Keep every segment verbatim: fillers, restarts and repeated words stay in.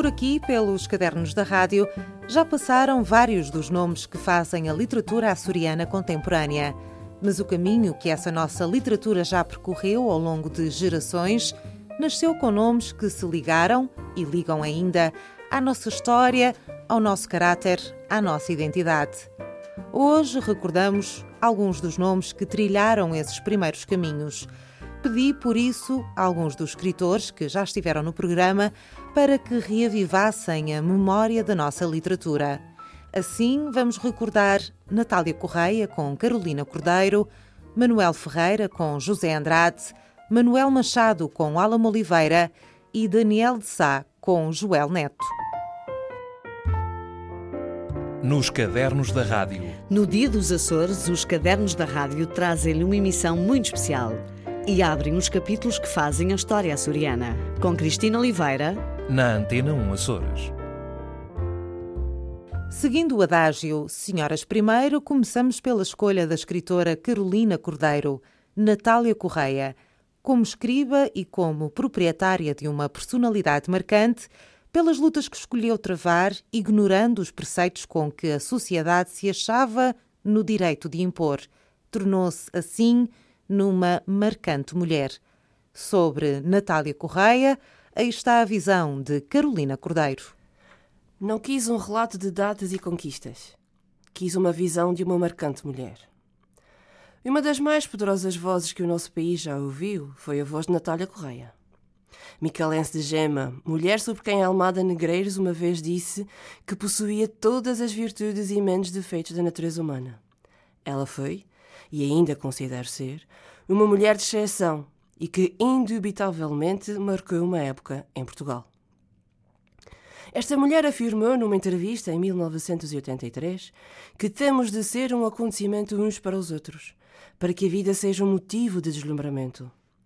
Por aqui, pelos cadernos da rádio, já passaram vários dos nomes que fazem a literatura açoriana contemporânea. Mas o caminho que essa nossa literatura já percorreu ao longo de gerações nasceu com nomes que se ligaram, e ligam ainda, à nossa história, ao nosso caráter, à nossa identidade. Hoje recordamos alguns dos nomes que trilharam esses primeiros caminhos. Pedi, por isso, a alguns dos escritores que já estiveram no programa para que reavivassem a memória da nossa literatura. Assim, vamos recordar Natália Correia com Carolina Cordeiro, Manuel Ferreira com José Andrade, Manuel Machado com Álamo Oliveira e Daniel de Sá com Joel Neto. Nos Cadernos da Rádio. No Dia dos Açores, os Cadernos da Rádio trazem-lhe uma emissão muito especial e abrem os capítulos que fazem a história açoriana. Com Cristina Oliveira, na Antena um Açores. Seguindo o adágio Senhoras Primeiro, começamos pela escolha da escritora Carolina Cordeiro, Natália Correia. Como escriba e como proprietária de uma personalidade marcante, pelas lutas que escolheu travar, ignorando os preceitos com que a sociedade se achava no direito de impor, tornou-se, assim, numa marcante mulher. Sobre Natália Correia, aí está a visão de Carolina Cordeiro. Não quis um relato de datas e conquistas. Quis uma visão de uma marcante mulher. E uma das mais poderosas vozes que o nosso país já ouviu foi a voz de Natália Correia. Micalense de Gema, mulher sobre quem Almada Negreiros uma vez disse que possuía todas as virtudes e menos defeitos da natureza humana. Ela foi, e ainda considero ser, uma mulher de exceção e que indubitavelmente marcou uma época em Portugal. Esta mulher afirmou numa entrevista em mil novecentos e oitenta e três que temos de ser um acontecimento uns para os outros, para que a vida seja um motivo de deslumbramento.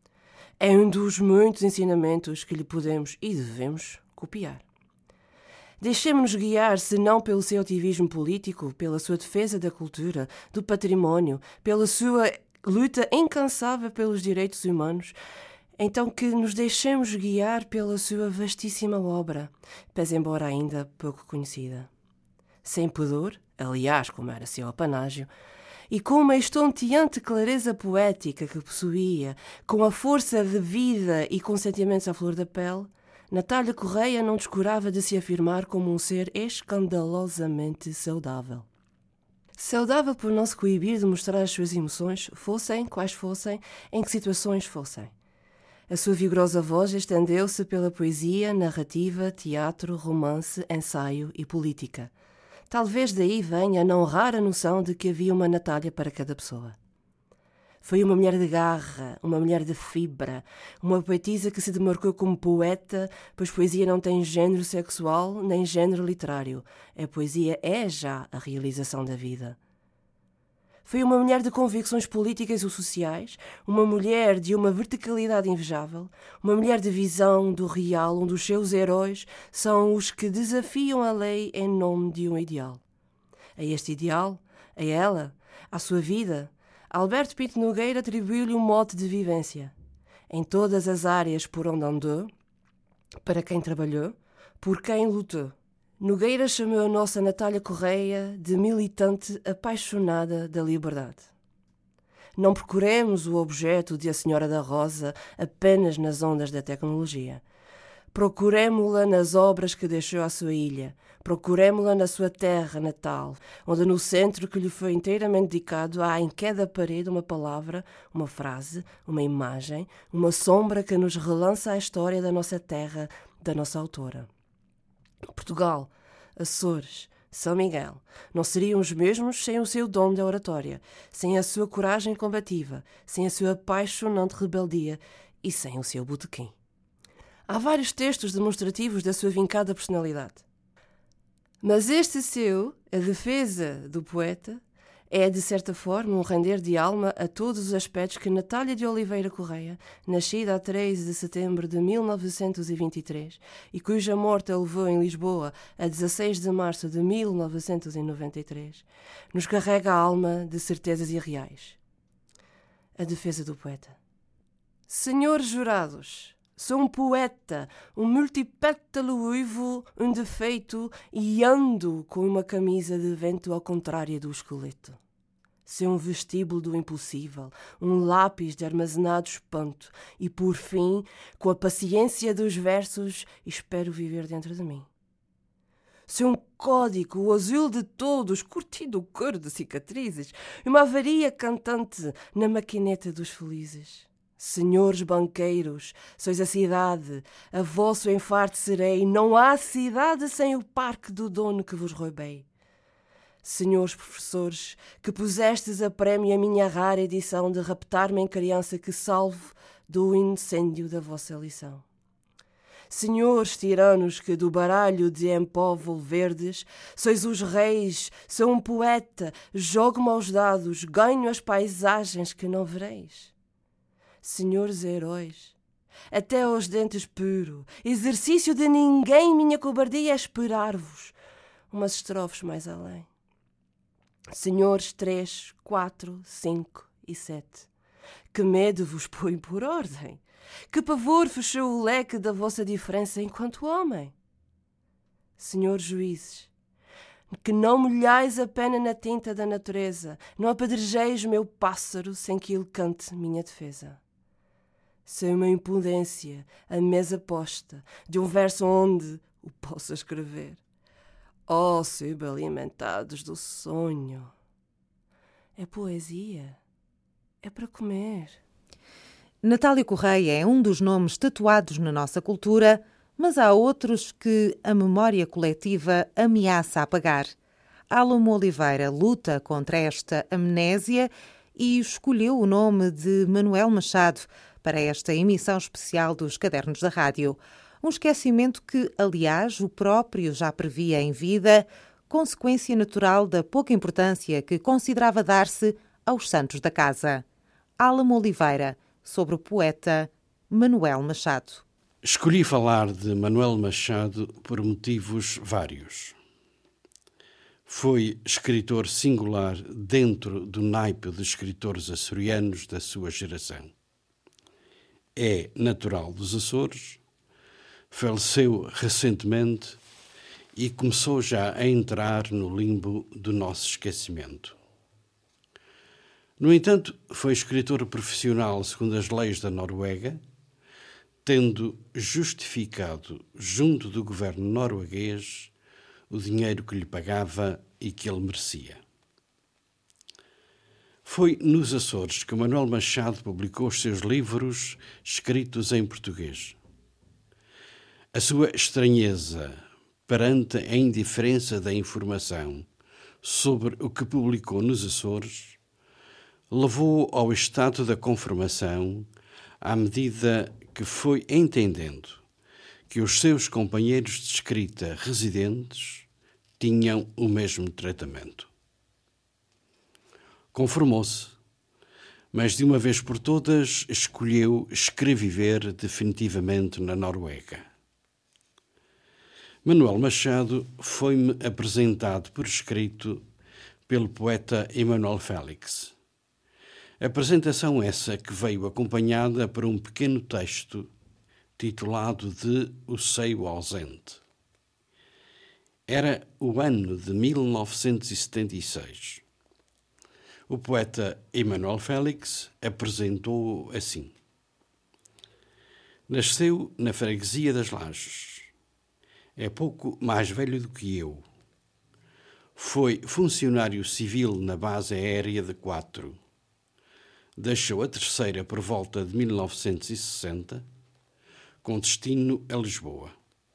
É um dos muitos ensinamentos que lhe podemos e devemos copiar. Deixemos-nos guiar, se não pelo seu ativismo político, pela sua defesa da cultura, do património, pela sua luta incansável pelos direitos humanos, então que nos deixemos guiar pela sua vastíssima obra, pese embora ainda pouco conhecida. Sem pudor, aliás, como era seu apanágio, e com uma estonteante clareza poética que possuía, com a força de vida e com sentimentos à flor da pele, Natália Correia não descurava de se afirmar como um ser escandalosamente saudável. Saudável por não se coibir de mostrar as suas emoções, fossem quais fossem, em que situações fossem. A sua vigorosa voz estendeu-se pela poesia, narrativa, teatro, romance, ensaio e política. Talvez daí venha a não rara noção de que havia uma Natália para cada pessoa. Foi uma mulher de garra, uma mulher de fibra, uma poetisa que se demarcou como poeta, pois poesia não tem género sexual nem género literário. A poesia é já a realização da vida. Foi uma mulher de convicções políticas e sociais, uma mulher de uma verticalidade invejável, uma mulher de visão do real, onde os seus heróis são os que desafiam a lei em nome de um ideal. A este ideal, a ela, à sua vida, Alberto Pinto Nogueira atribuiu-lhe um mote de vivência. Em todas as áreas por onde andou, para quem trabalhou, por quem lutou. Nogueira chamou a nossa Natália Correia de militante apaixonada da liberdade. Não procuremos o objeto de A Senhora da Rosa apenas nas ondas da tecnologia. Procuremo-la nas obras que deixou à sua ilha. Procuremo-la na sua terra natal, onde no centro que lhe foi inteiramente dedicado há em cada parede uma palavra, uma frase, uma imagem, uma sombra que nos relança a história da nossa terra, da nossa autora. Portugal, Açores, São Miguel não seriam os mesmos sem o seu dom de oratória, sem a sua coragem combativa, sem a sua apaixonante rebeldia e sem o seu botequim. Há vários textos demonstrativos da sua vincada personalidade. Mas este seu, a defesa do poeta, é, de certa forma, um render de alma a todos os aspectos que Natália de Oliveira Correia, nascida a treze de setembro de mil novecentos e vinte e três e cuja morte a levou em Lisboa a dezasseis de março de mil novecentos e noventa e três, nos carrega a alma de certezas irreais. A defesa do poeta. Senhores jurados, Sou um poeta, um multipétalo uivo, um defeito, e ando com uma camisa de vento ao contrário do esqueleto. Sou um vestíbulo do impossível, um lápis de armazenado espanto, e por fim, com a paciência dos versos, espero viver dentro de mim. Sou um código, o azul de todos, curtido o cor de cicatrizes, e uma avaria cantante na maquineta dos felizes. Senhores banqueiros, sois a cidade, a vosso enfarte serei, não há cidade sem o parque do dono que vos roubei. Senhores professores, que pusestes a prémio a minha rara edição de raptar-me em criança que salvo do incêndio da vossa lição. Senhores tiranos que do baralho de empóvel verdes, sois os reis, sou um poeta, jogo-me aos dados, ganho as paisagens que não vereis. Senhores heróis, até aos dentes puro, exercício de ninguém, minha cobardia é esperar-vos, umas estrofes mais além. Senhores três, quatro, cinco e sete, que medo vos põe por ordem, que pavor fechou o leque da vossa diferença enquanto homem. Senhores juízes, que não molhais a pena na tinta da natureza, não apedrejeis meu pássaro sem que ele cante minha defesa. Sei uma impudência, a mesa posta, de um verso onde o possa escrever. Oh, subalimentados do sonho! É poesia, é para comer. Natália Correia é um dos nomes tatuados na nossa cultura, mas há outros que a memória coletiva ameaça apagar. Álamo Oliveira luta contra esta amnésia e escolheu o nome de Manuel Machado para esta emissão especial dos Cadernos da Rádio. Um esquecimento que, aliás, o próprio já previa em vida, consequência natural da pouca importância que considerava dar-se aos santos da casa. Álamo Oliveira, sobre o poeta Manuel Machado. Escolhi falar de Manuel Machado por motivos vários. Foi escritor singular dentro do naipe de escritores açorianos da sua geração. É natural dos Açores, faleceu recentemente e começou já a entrar no limbo do nosso esquecimento. No entanto, foi escritor profissional segundo as leis da Noruega, tendo justificado junto do governo norueguês o dinheiro que lhe pagava e que ele merecia. Foi nos Açores que Manuel Machado publicou os seus livros escritos em português. A sua estranheza perante a indiferença da informação sobre o que publicou nos Açores levou ao estado da conformação à medida que foi entendendo que os seus companheiros de escrita residentes tinham o mesmo tratamento. Conformou-se, mas de uma vez por todas escolheu escreviver definitivamente na Noruega. Manuel Machado foi-me apresentado por escrito pelo poeta Emanuel Félix. Apresentação essa que veio acompanhada por um pequeno texto titulado de O Seio Ausente. Era o ano de mil novecentos e setenta e seis. O poeta Emanuel Félix apresentou-o assim. Nasceu na freguesia das Lajes. É pouco mais velho do que eu. Foi funcionário civil na base aérea de Quatro. Deixou a terceira por volta de mil novecentos e sessenta, com destino a Lisboa.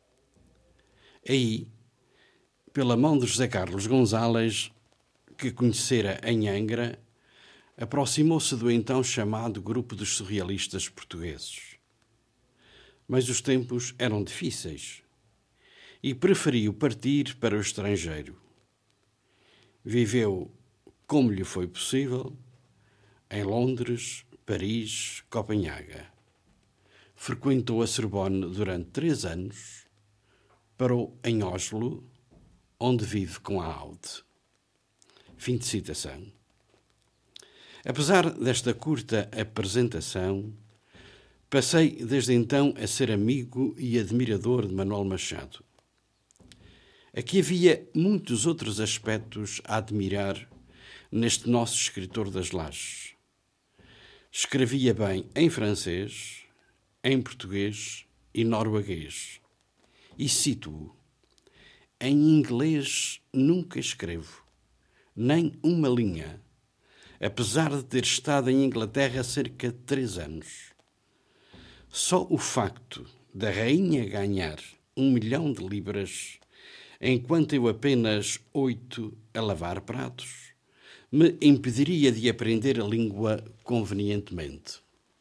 Aí, pela mão de José Carlos Gonzalez, que conhecera em Angra, aproximou-se do então chamado Grupo dos Surrealistas Portugueses. Mas os tempos eram difíceis e preferiu partir para o estrangeiro. Viveu, como lhe foi possível, em Londres, Paris, Copenhaga. Frequentou a Sorbonne durante três anos, parou em Oslo, onde vive com a Aude. Fim de citação. Apesar desta curta apresentação, Passei desde então a ser amigo e admirador de Manuel Machado. Aqui havia muitos outros aspectos a admirar neste nosso escritor das Lajes. Escrevia bem em francês, em português e norueguês. E cito-o: em inglês nunca escrevo, nem uma linha, apesar de ter estado em Inglaterra cerca de três anos. Só o facto da rainha ganhar um milhão de libras, enquanto eu apenas oito a lavar pratos, me impediria de aprender a língua convenientemente.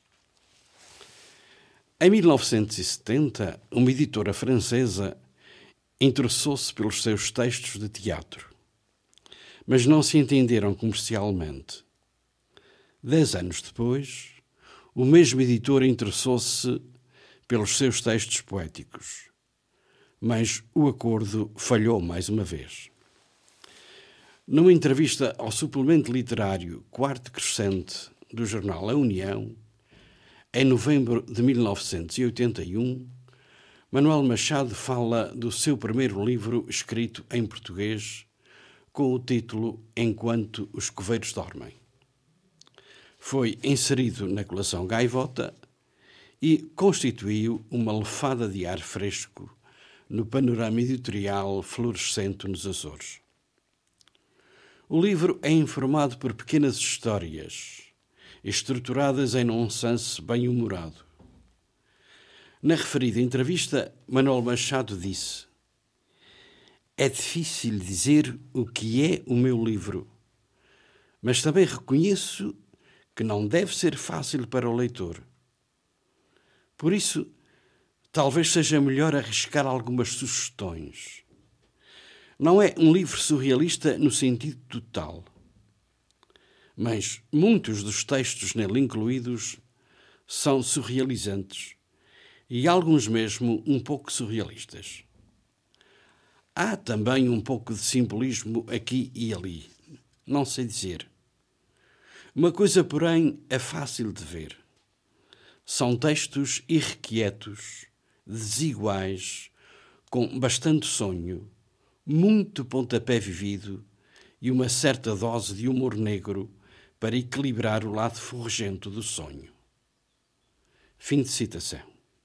Em mil novecentos e setenta, uma editora francesa interessou-se pelos seus textos de teatro, mas não se entenderam comercialmente. Dez anos depois, o mesmo editor interessou-se pelos seus textos poéticos, mas o acordo falhou mais uma vez. Numa entrevista ao suplemento literário Quarto Crescente do jornal A União, em novembro de mil novecentos e oitenta e um, Manuel Machado fala do seu primeiro livro escrito em português, com o título Enquanto os Coveiros Dormem. Foi inserido na coleção Gaivota e constituiu uma lefada de ar fresco no panorama editorial florescente nos Açores. O livro é informado por pequenas histórias, estruturadas em nonsense bem-humorado. Na referida entrevista, Manuel Machado disse: é difícil dizer o que é o meu livro, mas também reconheço que não deve ser fácil para o leitor. Por isso, talvez seja melhor arriscar algumas sugestões. Não é um livro surrealista no sentido total, mas muitos dos textos nele incluídos são surrealizantes e alguns mesmo um pouco surrealistas. Há também um pouco de simbolismo aqui e ali, não sei dizer. Uma coisa, porém, é fácil de ver. São textos irrequietos, desiguais, com bastante sonho, muito pontapé vivido e uma certa dose de humor negro para equilibrar o lado forjento do sonho. Fim de citação.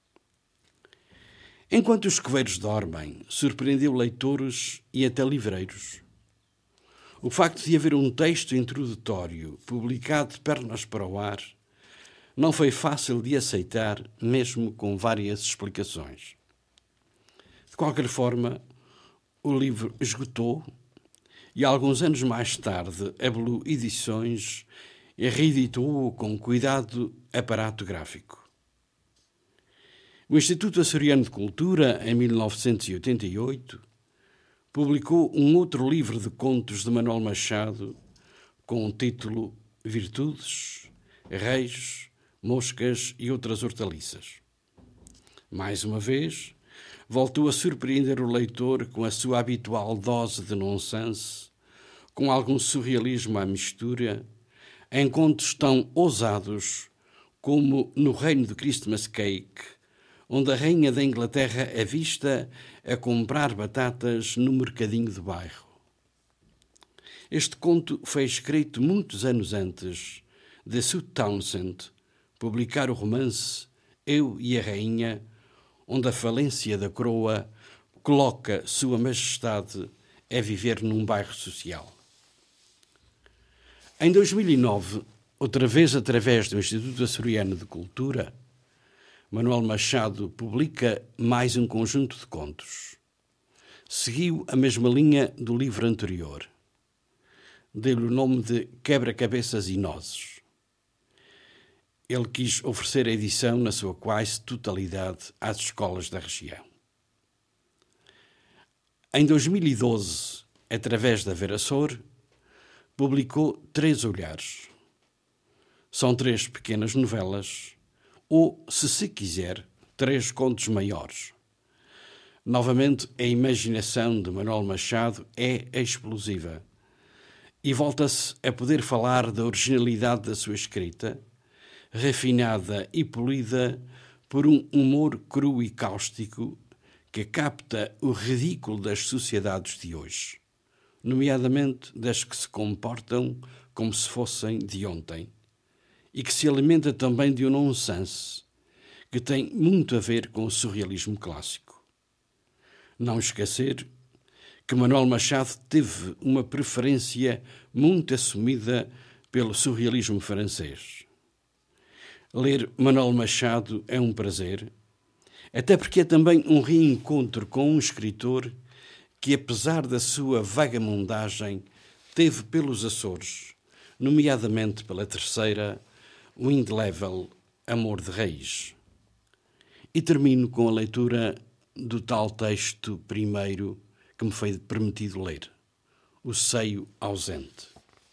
Enquanto os coveiros dormem, surpreendeu leitores e até livreiros. O facto de haver um texto introdutório publicado de pernas para o ar não foi fácil de aceitar, mesmo com várias explicações. De qualquer forma, o livro esgotou e, alguns anos mais tarde, a Blue Edições reeditou-o com cuidado aparato gráfico. O Instituto Açoriano de Cultura, em mil novecentos e oitenta e oito, publicou um outro livro de contos de Manuel Machado com o título Virtudes, Reis, Moscas e Outras Hortaliças. Mais uma vez, voltou a surpreender o leitor com a sua habitual dose de nonsense, com algum surrealismo à mistura, em contos tão ousados como No Reino do Christmas Cake, onde a rainha da Inglaterra avista a comprar batatas no mercadinho do bairro. Este conto foi escrito muitos anos antes de Sue Townsend publicar o romance Eu e a Rainha, onde a falência da coroa coloca Sua Majestade a viver num bairro social. Em dois mil e nove, outra vez através do Instituto Açoriano de Cultura, Manuel Machado publica mais um conjunto de contos. Seguiu a mesma linha do livro anterior. Deu-lhe o nome de Quebra-Cabeças e Nozes. Ele quis oferecer a edição na sua quase totalidade às escolas da região. Em dois mil e doze, através da Verassor, publicou Três Olhares. São três pequenas novelas, ou, se se quiser, três contos maiores. Novamente, a imaginação de Manuel Machado é explosiva e volta-se a poder falar da originalidade da sua escrita, refinada e polida por um humor cru e cáustico que capta o ridículo das sociedades de hoje, nomeadamente das que se comportam como se fossem de ontem, e que se alimenta também de um nonsense que tem muito a ver com o surrealismo clássico. Não esquecer que Manuel Machado teve uma preferência muito assumida pelo surrealismo francês. Ler Manuel Machado é um prazer, até porque é também um reencontro com um escritor que, apesar da sua vagamundagem, teve pelos Açores, nomeadamente pela terceira, o indelével Amor de Reis. E termino com a leitura do tal texto primeiro que me foi permitido ler, O Seio Ausente.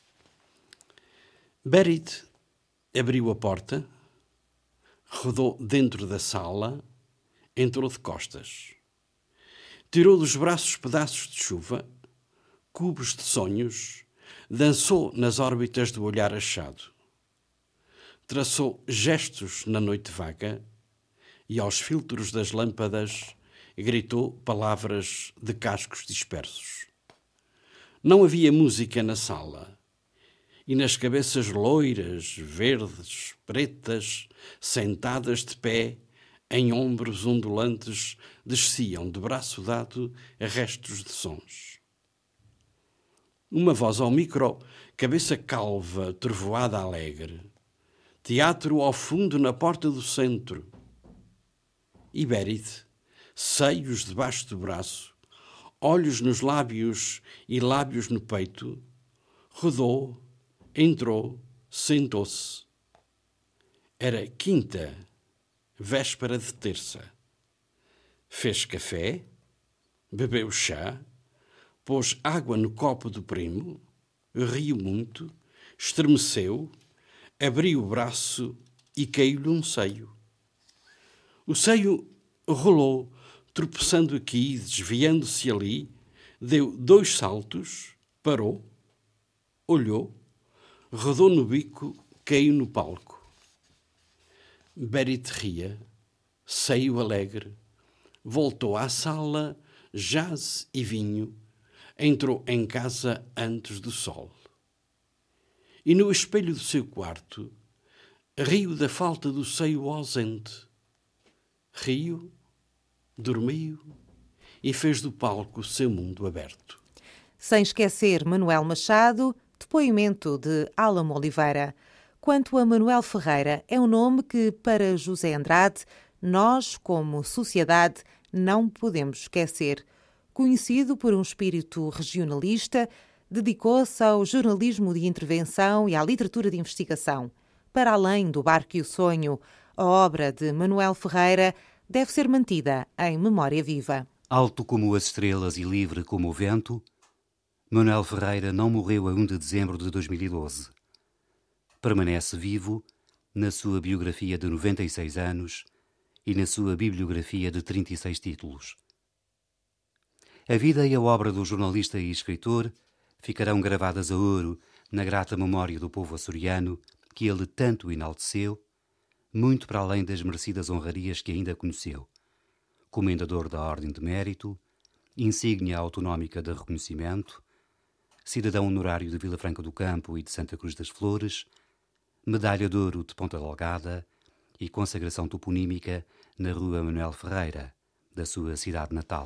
Berit abriu a porta, rodou dentro da sala, entrou de costas. Tirou dos braços pedaços de chuva, cubos de sonhos, dançou nas órbitas do olhar achado. Traçou gestos na noite vaga e aos filtros das lâmpadas gritou palavras de cascos dispersos. Não havia música na sala e nas cabeças loiras, verdes, pretas, sentadas de pé, em ombros ondulantes, desciam de braço dado restos de sons. Uma voz ao micro, cabeça calva, trovoada alegre. Teatro ao fundo na porta do centro. E Berit, seios debaixo do braço, olhos nos lábios e lábios no peito, rodou, entrou, sentou-se. Era quinta, véspera de terça. Fez café, bebeu chá, pôs água no copo do primo, riu muito, estremeceu, abriu o braço e caiu-lhe um seio. O seio rolou, tropeçando aqui, desviando-se ali, deu dois saltos, parou, olhou, rodou no bico, caiu no palco. Berit ria, seio alegre, voltou à sala, jaz e vinho, entrou em casa antes do sol. E no espelho do seu quarto, riu da falta do seio ausente. Riu, dormiu e fez do palco o seu mundo aberto. Sem esquecer Manuel Machado, depoimento de Álamo Oliveira. Quanto a Manuel Ferreira, é um nome que, para José Andrade, nós, como sociedade, não podemos esquecer. Conhecido por um espírito regionalista, dedicou-se ao jornalismo de intervenção e à literatura de investigação. Para além do Barco e o Sonho, a obra de Manuel Ferreira deve ser mantida em memória viva. Alto como as estrelas e livre como o vento, Manuel Ferreira não morreu a um de dezembro de dois mil e doze. Permanece vivo na sua biografia de noventa e seis anos e na sua bibliografia de trinta e seis títulos. A vida e a obra do jornalista e escritor ficarão gravadas a ouro na grata memória do povo açoriano que ele tanto enalteceu, muito para além das merecidas honrarias que ainda conheceu. Comendador da Ordem de Mérito, insígnia autonómica de reconhecimento, cidadão honorário de Vila Franca do Campo e de Santa Cruz das Flores, medalha de ouro de Ponta Delgada e consagração toponímica na Rua Manuel Ferreira, da sua cidade natal.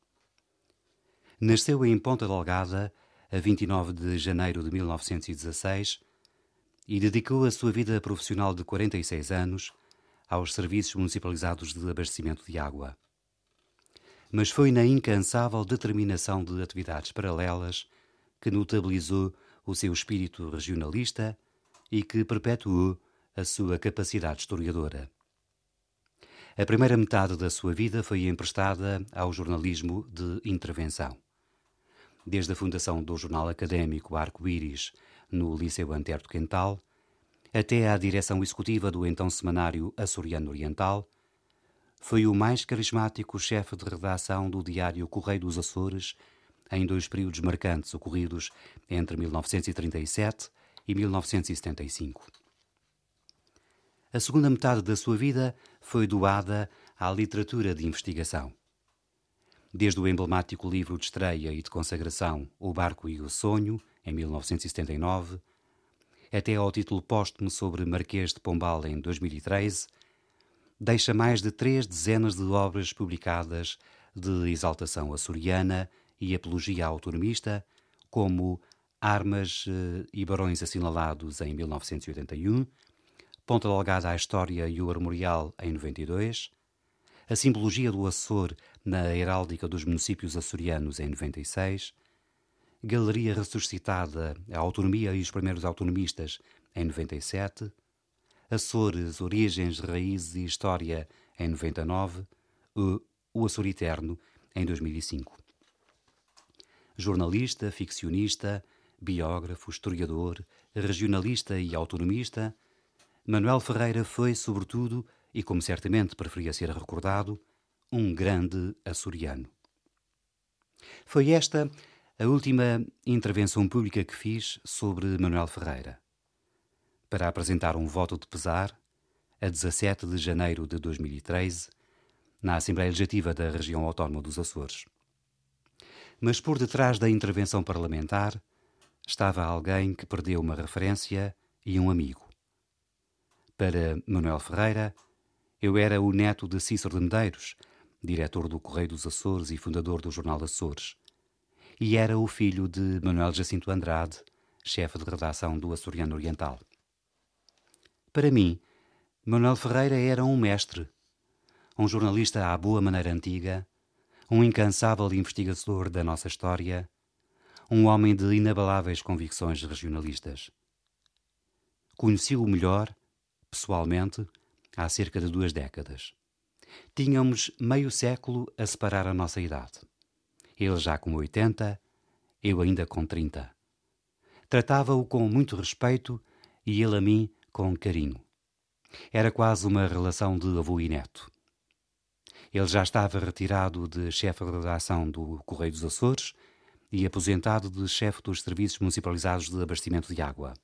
Nasceu em Ponta Delgada a vinte e nove de janeiro de mil novecentos e dezasseis e dedicou a sua vida profissional de quarenta e seis anos aos serviços municipalizados de abastecimento de água. Mas foi na incansável determinação de atividades paralelas que notabilizou o seu espírito regionalista e que perpetuou a sua capacidade historiadora. A primeira metade da sua vida foi emprestada ao jornalismo de intervenção. Desde a fundação do jornal académico Arco-Íris, no Liceu Antero de Quental, até à direção executiva do então semanário Açoriano Oriental, foi o mais carismático chefe de redação do diário Correio dos Açores em dois períodos marcantes ocorridos entre mil novecentos e trinta e sete e mil novecentos e setenta e cinco. a segunda metade da sua vida foi doada à literatura de investigação. Desde o emblemático livro de estreia e de consagração O Barco e o Sonho, em mil novecentos e setenta e nove, até ao título póstumo sobre Marquês de Pombal, em dois mil e treze, deixa mais de três dezenas de obras publicadas de exaltação açoriana e apologia autonomista, como Armas e Barões Assinalados, em mil novecentos e oitenta e um, Ponta Delgada à História e o Armorial, em noventa e dois, A Simbologia do Açor na Heráldica dos Municípios Açorianos, em noventa e seis, Galeria Ressuscitada, a Autonomia e os Primeiros Autonomistas, em noventa e sete, Açores, Origens, Raízes e História, em noventa e nove, e O Açor Eterno, em dois mil e cinco. Jornalista, ficcionista, biógrafo, historiador, regionalista e autonomista, Manuel Ferreira foi, sobretudo, e como certamente preferia ser recordado, um grande açoriano. Foi esta a última intervenção pública que fiz sobre Manuel Ferreira, para apresentar um voto de pesar, a dezassete de janeiro de dois mil e treze, na Assembleia Legislativa da Região Autónoma dos Açores. Mas por detrás da intervenção parlamentar estava alguém que perdeu uma referência e um amigo. Para Manuel Ferreira, eu era o neto de Cícero de Medeiros, diretor do Correio dos Açores e fundador do Jornal Açores, e era o filho de Manuel Jacinto Andrade, chefe de redação do Açoriano Oriental. Para mim, Manuel Ferreira era um mestre, um jornalista à boa maneira antiga, um incansável investigador da nossa história, um homem de inabaláveis convicções regionalistas. Conheci-o melhor, pessoalmente, há cerca de duas décadas. Tínhamos meio século a separar a nossa idade. Ele já com oitenta, eu ainda com trinta. Tratava-o com muito respeito e ele a mim com carinho. Era quase uma relação de avô e neto. Ele já estava retirado de chefe de redação do Correio dos Açores e aposentado de chefe dos serviços municipalizados de abastecimento de água.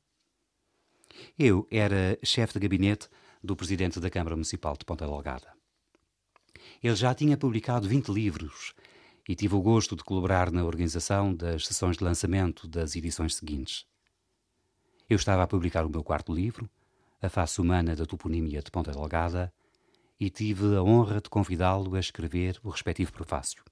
Eu era chefe de gabinete do presidente da Câmara Municipal de Ponta Delgada. Ele já tinha publicado vinte livros e tive o gosto de colaborar na organização das sessões de lançamento das edições seguintes. Eu estava a publicar o meu quarto livro, A Face Humana da Toponímia de Ponta Delgada, e tive a honra de convidá-lo a escrever o respectivo prefácio.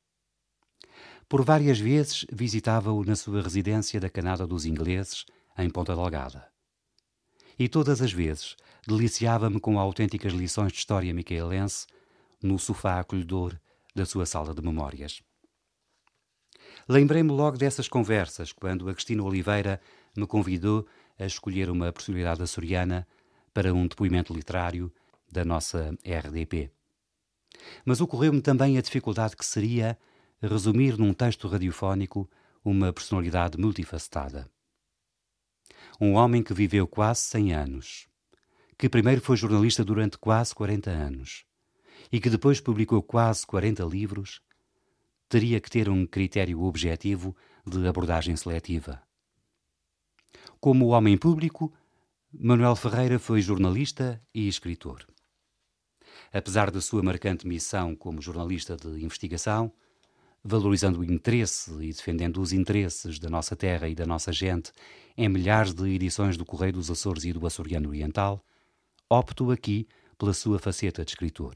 Por várias vezes visitava-o na sua residência da Canada dos Ingleses, em Ponta Delgada. E todas as vezes deliciava-me com autênticas lições de história micaelense no sofá acolhedor da sua sala de memórias. Lembrei-me logo dessas conversas quando Agostinho Oliveira me convidou a escolher uma personalidade açoriana para um depoimento literário da nossa R D P. Mas ocorreu-me também a dificuldade que seria resumir num texto radiofónico uma personalidade multifacetada. Um homem que viveu quase cem anos, que primeiro foi jornalista durante quase quarenta anos e que depois publicou quase quarenta livros, teria que ter um critério objetivo de abordagem seletiva. Como homem público, Manuel Ferreira foi jornalista e escritor. Apesar da sua marcante missão como jornalista de investigação, valorizando o interesse e defendendo os interesses da nossa terra e da nossa gente em milhares de edições do Correio dos Açores e do Açoriano Oriental, opto aqui pela sua faceta de escritor.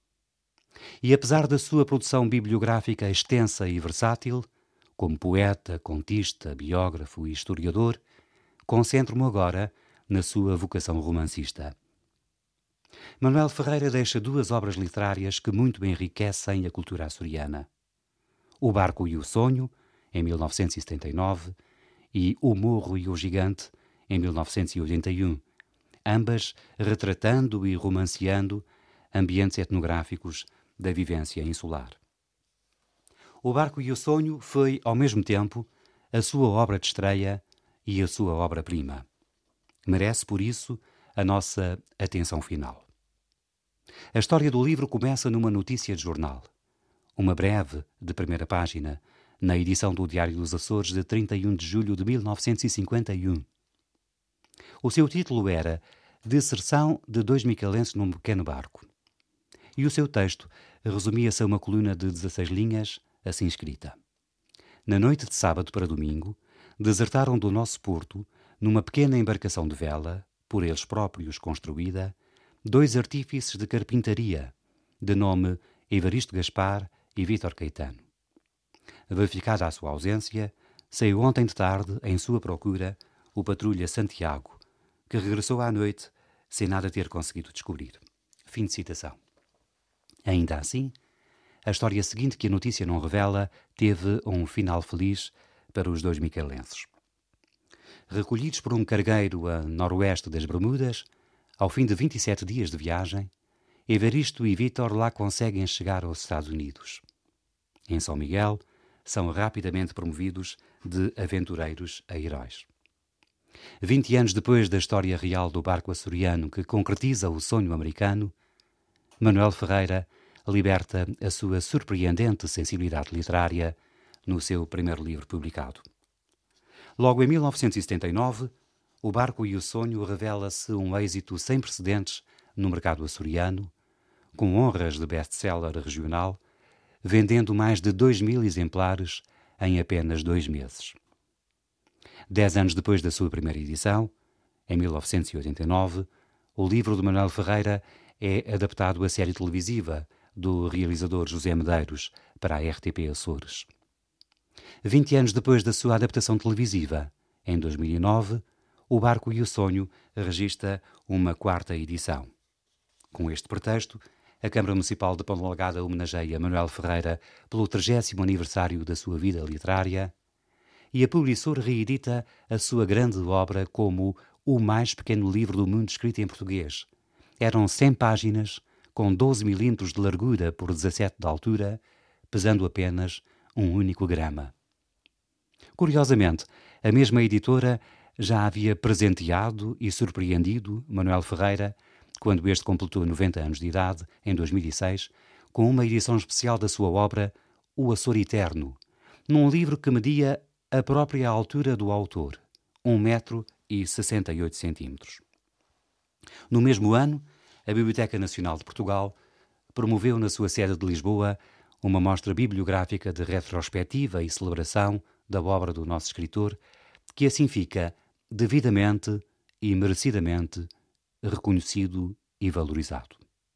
E apesar da sua produção bibliográfica extensa e versátil, como poeta, contista, biógrafo e historiador, concentro-me agora na sua vocação romancista. Manuel Ferreira deixa duas obras literárias que muito enriquecem a cultura açoriana. O Barco e o Sonho, em mil novecentos e setenta e nove, e O Morro e o Gigante, em mil novecentos e oitenta e um, ambas retratando e romanceando ambientes etnográficos da vivência insular. O Barco e o Sonho foi, ao mesmo tempo, a sua obra de estreia e a sua obra-prima. Merece, por isso, a nossa atenção final. A história do livro começa numa notícia de jornal, uma breve, de primeira página, na edição do Diário dos Açores de trinta e um de julho de mil novecentos e cinquenta e um. O seu título era deserção de dois miquelenses num pequeno barco. E o seu texto resumia-se a uma coluna de dezasseis linhas, assim escrita. Na noite de sábado para domingo, desertaram do nosso porto, numa pequena embarcação de vela, por eles próprios construída, dois artífices de carpintaria, de nome Evaristo Gaspar e Vítor Caetano. Verificada a sua ausência, saiu ontem de tarde, em sua procura, o patrulha Santiago, que regressou à noite sem nada ter conseguido descobrir. Fim de citação. Ainda assim, a história seguinte que a notícia não revela teve um final feliz para os dois miquelenses. Recolhidos por um cargueiro a noroeste das Bermudas, ao fim de vinte e sete dias de viagem, Evaristo e Vítor lá conseguem chegar aos Estados Unidos. Em São Miguel, são rapidamente promovidos de aventureiros a heróis. Vinte anos depois da história real do barco açoriano que concretiza o sonho americano, Manuel Ferreira liberta a sua surpreendente sensibilidade literária no seu primeiro livro publicado. Logo em mil novecentos e setenta e nove, O Barco e o Sonho revela-se um êxito sem precedentes no mercado açoriano, com honras de best-seller regional, vendendo mais de dois mil exemplares em apenas dois meses. Dez anos depois da sua primeira edição, em mil novecentos e oitenta e nove, o livro de Manuel Ferreira é adaptado à série televisiva do realizador José Medeiros para a R T P Açores. Vinte anos depois da sua adaptação televisiva, em dois mil e nove, O Barco e o Sonho registra uma quarta edição. Com este pretexto, a Câmara Municipal de Ponta Delgada homenageia Manuel Ferreira pelo trigésimo aniversário da sua vida literária e a Publisur reedita a sua grande obra como o mais pequeno livro do mundo escrito em português. Eram cem páginas, com doze milímetros de largura por dezassete de altura, pesando apenas um único grama. Curiosamente, a mesma editora já havia presenteado e surpreendido Manuel Ferreira, quando este completou noventa anos de idade, em dois mil e seis, com uma edição especial da sua obra O Açor Eterno, num livro que media a própria altura do autor, um metro e sessenta e oito centímetros. No mesmo ano, a Biblioteca Nacional de Portugal promoveu na sua sede de Lisboa uma mostra bibliográfica de retrospectiva e celebração da obra do nosso escritor, que assim fica devidamente e merecidamente reconhecido e valorizado.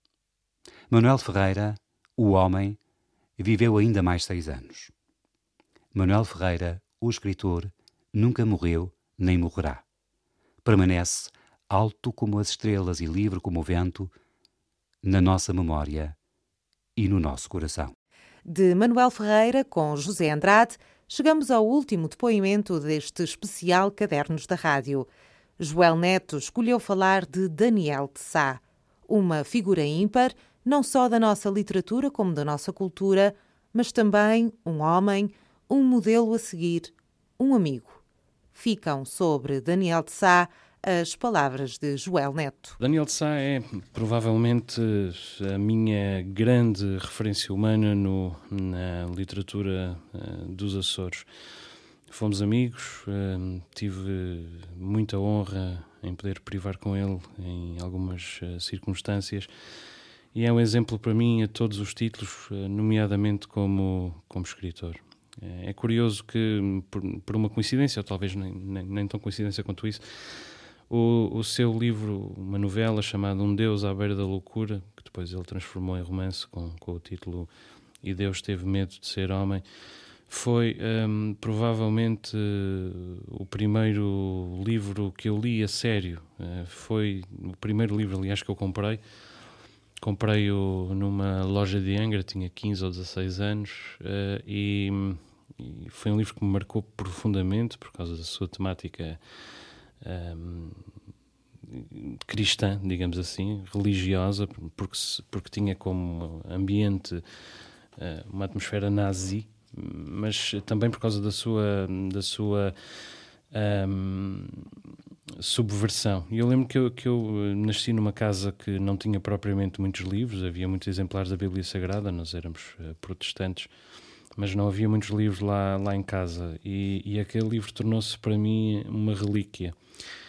Manuel Ferreira, o homem, viveu ainda mais seis anos. Manuel Ferreira, o escritor, nunca morreu nem morrerá. Permanece alto como as estrelas e livre como o vento, na nossa memória e no nosso coração. De Manuel Ferreira com José Andrade, chegamos ao último depoimento deste especial Cadernos da Rádio. Joel Neto escolheu falar de Daniel de Sá, uma figura ímpar, não só da nossa literatura como da nossa cultura, mas também um homem, um modelo a seguir, um amigo. Ficam sobre Daniel de Sá as palavras de Joel Neto. Daniel de Sá é provavelmente a minha grande referência humana no, na literatura uh, dos Açores. Fomos amigos, uh, tive muita honra em poder privar com ele em algumas uh, circunstâncias e é um exemplo para mim a todos os títulos, uh, nomeadamente como, como escritor. É curioso que, por, por uma coincidência, ou talvez nem, nem, nem tão coincidência quanto isso, o, o seu livro, uma novela chamada Um Deus à Beira da Loucura, que depois ele transformou em romance com, com o título E Deus Teve Medo de Ser Homem, foi um, provavelmente uh, o primeiro livro que eu li a sério. Uh, foi o primeiro livro, aliás, que eu comprei. Comprei-o numa loja de Angra, tinha quinze ou dezasseis anos, uh, e, e foi um livro que me marcou profundamente por causa da sua temática um, cristã, digamos assim, religiosa, porque, porque tinha como ambiente uh, uma atmosfera nazi, mas também por causa da sua, da sua um, subversão. E eu lembro que eu, que eu nasci numa casa que não tinha propriamente muitos livros, havia muitos exemplares da Bíblia Sagrada, nós éramos uh, protestantes, mas não havia muitos livros lá, lá em casa, e, e aquele livro tornou-se para mim uma relíquia.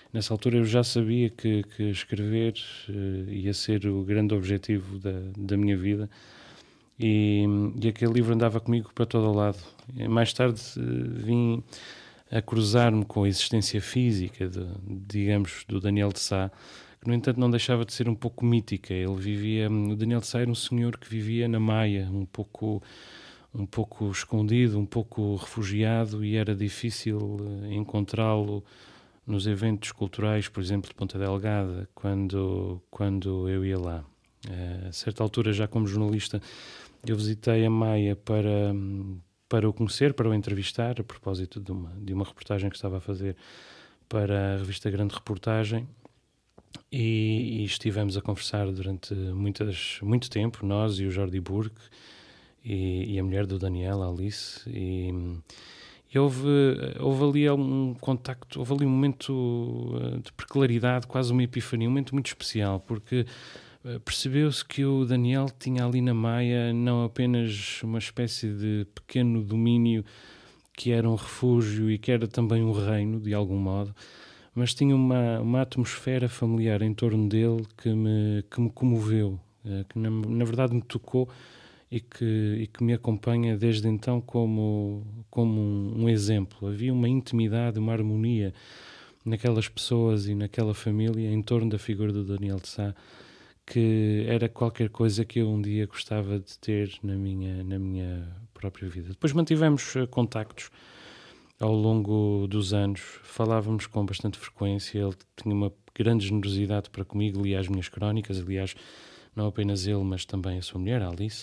Nessa altura eu já sabia que, que escrever uh, ia ser o grande objetivo da, da minha vida, e, e aquele livro andava comigo para todo o lado. E mais tarde uh, vim a cruzar-me com a existência física, de, digamos, do Daniel de Sá, que no entanto não deixava de ser um pouco mítica. Ele vivia, o Daniel de Sá era um senhor que vivia na Maia, um pouco... um pouco escondido, um pouco refugiado, e era difícil encontrá-lo nos eventos culturais, por exemplo, de Ponta Delgada, quando, quando eu ia lá. A certa altura, já como jornalista, eu visitei a Maia para, para o conhecer, para o entrevistar, a propósito de uma, de uma reportagem que estava a fazer para a revista Grande Reportagem, e, e estivemos a conversar durante muitas, muito tempo, nós e o Jordi Burke, E, e a mulher do Daniel, a Alice, e, e houve, houve ali um contacto, houve ali um momento de preclaridade, quase uma epifania, um momento muito especial, porque percebeu-se que o Daniel tinha ali na Maia não apenas uma espécie de pequeno domínio que era um refúgio e que era também um reino, de algum modo, mas tinha uma, uma atmosfera familiar em torno dele que me, que me comoveu, que na, na verdade me tocou, e que, e que me acompanha desde então como, como um, um exemplo. Havia uma intimidade, uma harmonia naquelas pessoas e naquela família em torno da figura do Daniel de Sá, que era qualquer coisa que eu um dia gostava de ter na minha, na minha própria vida. Depois mantivemos contactos ao longo dos anos, falávamos com bastante frequência, ele tinha uma grande generosidade para comigo, lia as minhas crónicas, aliás, não apenas ele, mas também a sua mulher, a Alice,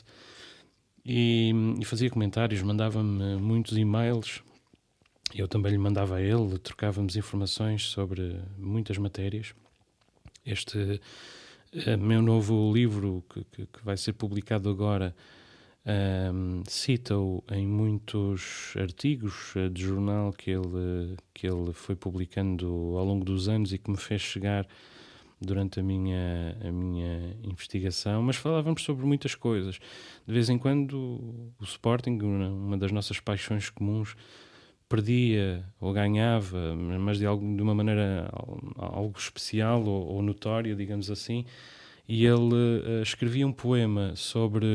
e, e fazia comentários, mandava-me muitos e-mails, eu também lhe mandava a ele, trocávamos informações sobre muitas matérias. Este uh, meu novo livro, que, que, que vai ser publicado agora, um, cita-o em muitos artigos de jornal que ele, que ele foi publicando ao longo dos anos e que me fez chegar durante a minha, a minha investigação, mas falávamos sobre muitas coisas. De vez em quando o Sporting, uma das nossas paixões comuns, perdia ou ganhava, mas de, algo, de uma maneira algo especial ou, ou notória, digamos assim, e ele uh, escrevia um poema sobre,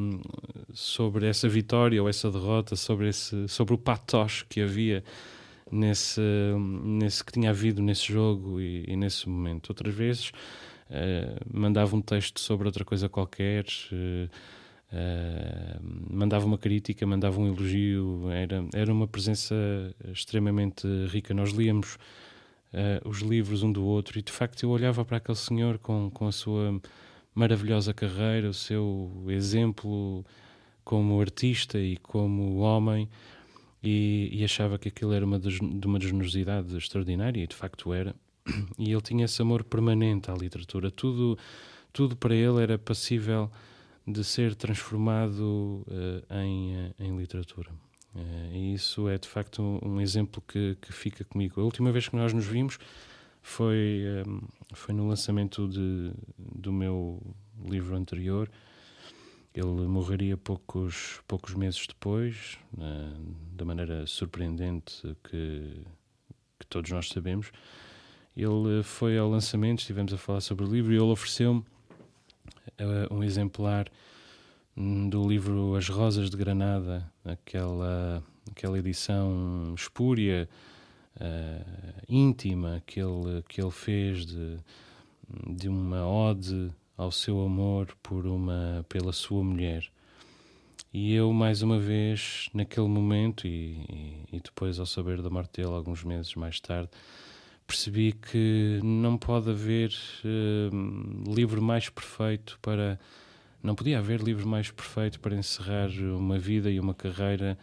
sobre essa vitória ou essa derrota, sobre, esse, sobre o pathos que havia Nesse, nesse que tinha havido nesse jogo e, e nesse momento. Outras vezes uh, mandava um texto sobre outra coisa qualquer, uh, uh, mandava uma crítica, mandava um elogio, era, era uma presença extremamente rica. Nós líamos uh, os livros um do outro e de facto eu olhava para aquele senhor com, com a sua maravilhosa carreira, o seu exemplo como artista e como homem, E, e achava que aquilo era uma de, de uma generosidade extraordinária, e de facto era. E ele tinha esse amor permanente à literatura. Tudo, tudo para ele era passível de ser transformado uh, em, uh, em literatura. Uh, e isso é de facto um, um exemplo que, que fica comigo. A última vez que nós nos vimos foi, um, foi no lançamento de, do meu livro anterior. Ele morreria poucos, poucos meses depois, uh, da maneira surpreendente que, que todos nós sabemos. Ele foi ao lançamento, estivemos a falar sobre o livro, e ele ofereceu-me uh, um exemplar do livro As Rosas de Granada, aquela, aquela edição espúria, uh, íntima, que ele, que ele fez de, de uma ode ao seu amor por uma, pela sua mulher. E eu, mais uma vez, naquele momento, e, e, e depois ao saber da morte dele, alguns meses mais tarde, percebi que não pode haver uh, livro mais perfeito para... Não podia haver livro mais perfeito para encerrar uma vida e uma carreira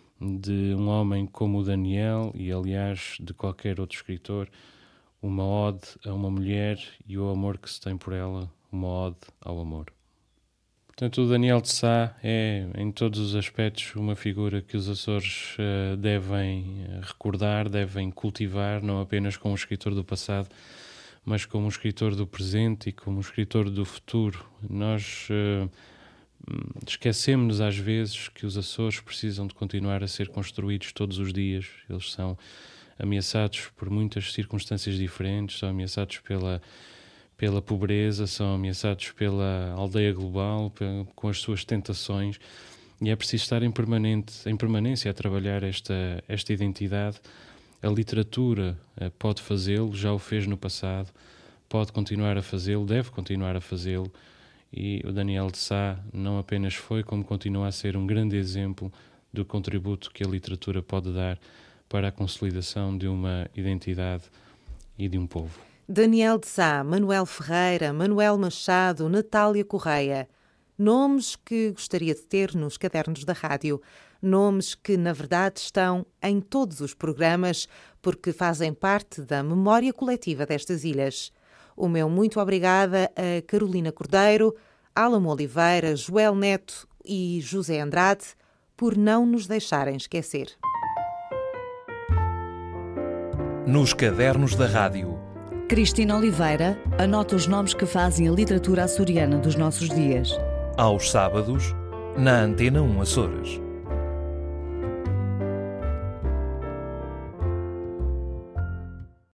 de um homem como o Daniel, e aliás de qualquer outro escritor, uma ode a uma mulher e o amor que se tem por ela, uma ode ao amor. Portanto, o Daniel de Sá é, em todos os aspectos, uma figura que os Açores uh, devem recordar, devem cultivar, não apenas como um escritor do passado, mas como um escritor do presente e como um escritor do futuro. Nós uh, esquecemos-nos às vezes que os Açores precisam de continuar a ser construídos todos os dias. Eles são ameaçados por muitas circunstâncias diferentes, são ameaçados pela, pela pobreza, são ameaçados pela aldeia global, pela, com as suas tentações, e é preciso estar em, permanente, em permanência a trabalhar esta, esta identidade. A literatura uh, pode fazê-lo, já o fez no passado, pode continuar a fazê-lo, deve continuar a fazê-lo, e o Daniel de Sá não apenas foi, como continua a ser um grande exemplo do contributo que a literatura pode dar para a consolidação de uma identidade e de um povo. Daniel de Sá, Manuel Ferreira, Manuel Machado, Natália Correia. Nomes que gostaria de ter nos cadernos da rádio. Nomes que, na verdade, estão em todos os programas porque fazem parte da memória coletiva destas ilhas. O meu muito obrigada a Carolina Cordeiro, Álamo Oliveira, Joel Neto e José Andrade por não nos deixarem esquecer. Nos cadernos da rádio. Cristina Oliveira anota os nomes que fazem a literatura açoriana dos nossos dias. Aos sábados, na Antena um Açores.